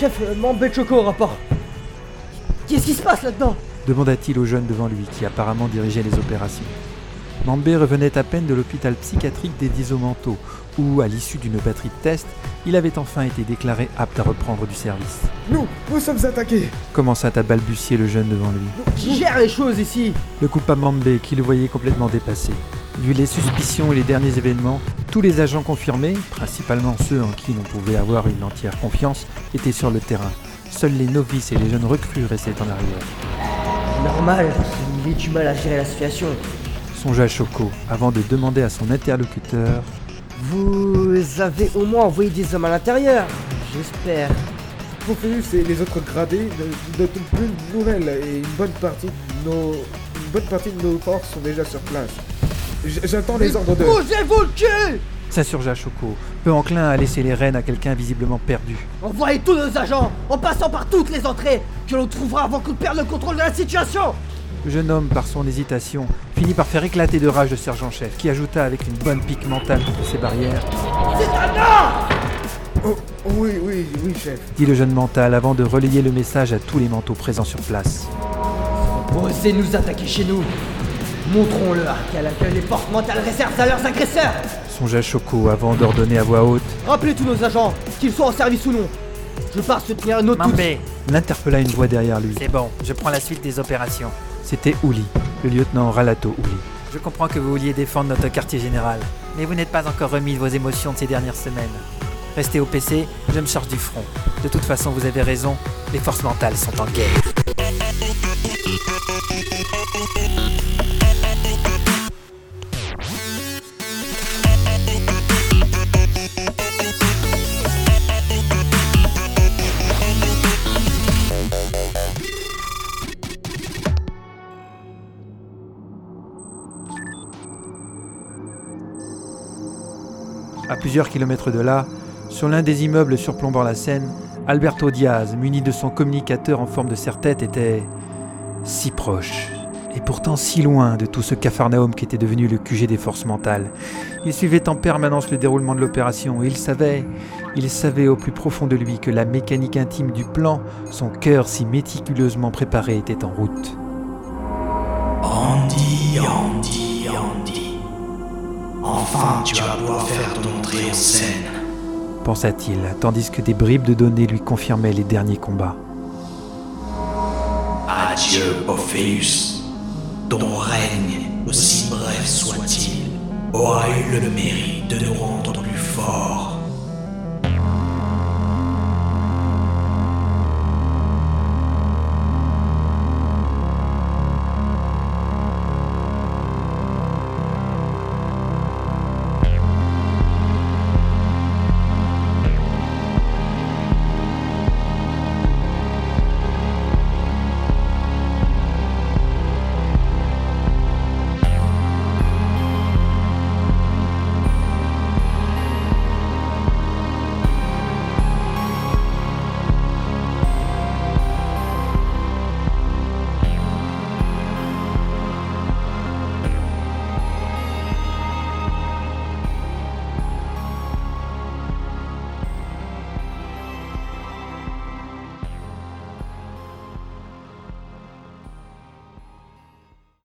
Chef, Mambé Choco au rapport. Qu'est-ce qui se passe là-dedans? Demanda-t-il au jeune devant lui, qui apparemment dirigeait les opérations. Mambé revenait à peine de l'hôpital psychiatrique des Dizomanto, où, à l'issue d'une batterie de tests, il avait enfin été déclaré apte à reprendre du service. Nous sommes attaqués. Commença à balbutier le jeune devant lui. Qui gère les choses ici? Le coupa Mambé, qui le voyait complètement dépassé. Vu les suspicions et les derniers événements, tous les agents confirmés, principalement ceux en qui l'on pouvait avoir une entière confiance, étaient sur le terrain. Seuls les novices et les jeunes recrues restaient en arrière. Normal, il ait du mal à gérer la situation. Songea Choco, avant de demander à son interlocuteur. Vous avez au moins envoyé des hommes à l'intérieur, j'espère. Prophéus et les autres gradés ne donnent plus de nouvelles et une bonne partie de nos forces sont déjà sur place. J'attends les ordres de... Bougez-vous le cul! S'insurgea Choco, peu enclin à laisser les rênes à quelqu'un visiblement perdu. Envoyez tous nos agents, en passant par toutes les entrées, que l'on trouvera avant qu'on perde le contrôle de la situation! Le jeune homme, par son hésitation, finit par faire éclater de rage le sergent-chef, qui ajouta avec une bonne pique mentale contre ses barrières. C'est un ordre! Oh, oui, chef. Dit le jeune mental avant de relayer le message à tous les manteaux présents sur place. Osez nous attaquer chez nous! Montrons-leur qu'elle accueille les forces mentales réservées à leurs agresseurs! Songea Choco avant d'ordonner à voix haute. Rappelez tous nos agents, qu'ils soient en service ou non. Je pars soutenir un autre... Mambé, L'interpella une voix derrière lui. c'est bon, je prends la suite des opérations. C'était Ouli, le lieutenant Ralato Ouli. Je comprends que vous vouliez défendre notre quartier général, mais vous n'êtes pas encore remis de vos émotions de ces dernières semaines. Restez au PC, je me charge du front. De toute façon, vous avez raison, les forces mentales sont en guerre. À plusieurs kilomètres de là, sur l'un des immeubles surplombant la Seine, Alberto Diaz, muni de son communicateur en forme de serre-tête, était si proche, et pourtant si loin de tout ce capharnaüm qui était devenu le QG des forces mentales. Il suivait en permanence le déroulement de l'opération, et il savait au plus profond de lui que la mécanique intime du plan, son cœur si méticuleusement préparé, était en route. Andy. Enfin, tu vas pouvoir faire ton entrée en scène. Pensa-t-il, tandis que des bribes de données lui confirmaient les derniers combats. Adieu, Orpheus. Ton règne, aussi bref soit-il, aura eu le mérite de nous rendre plus forts.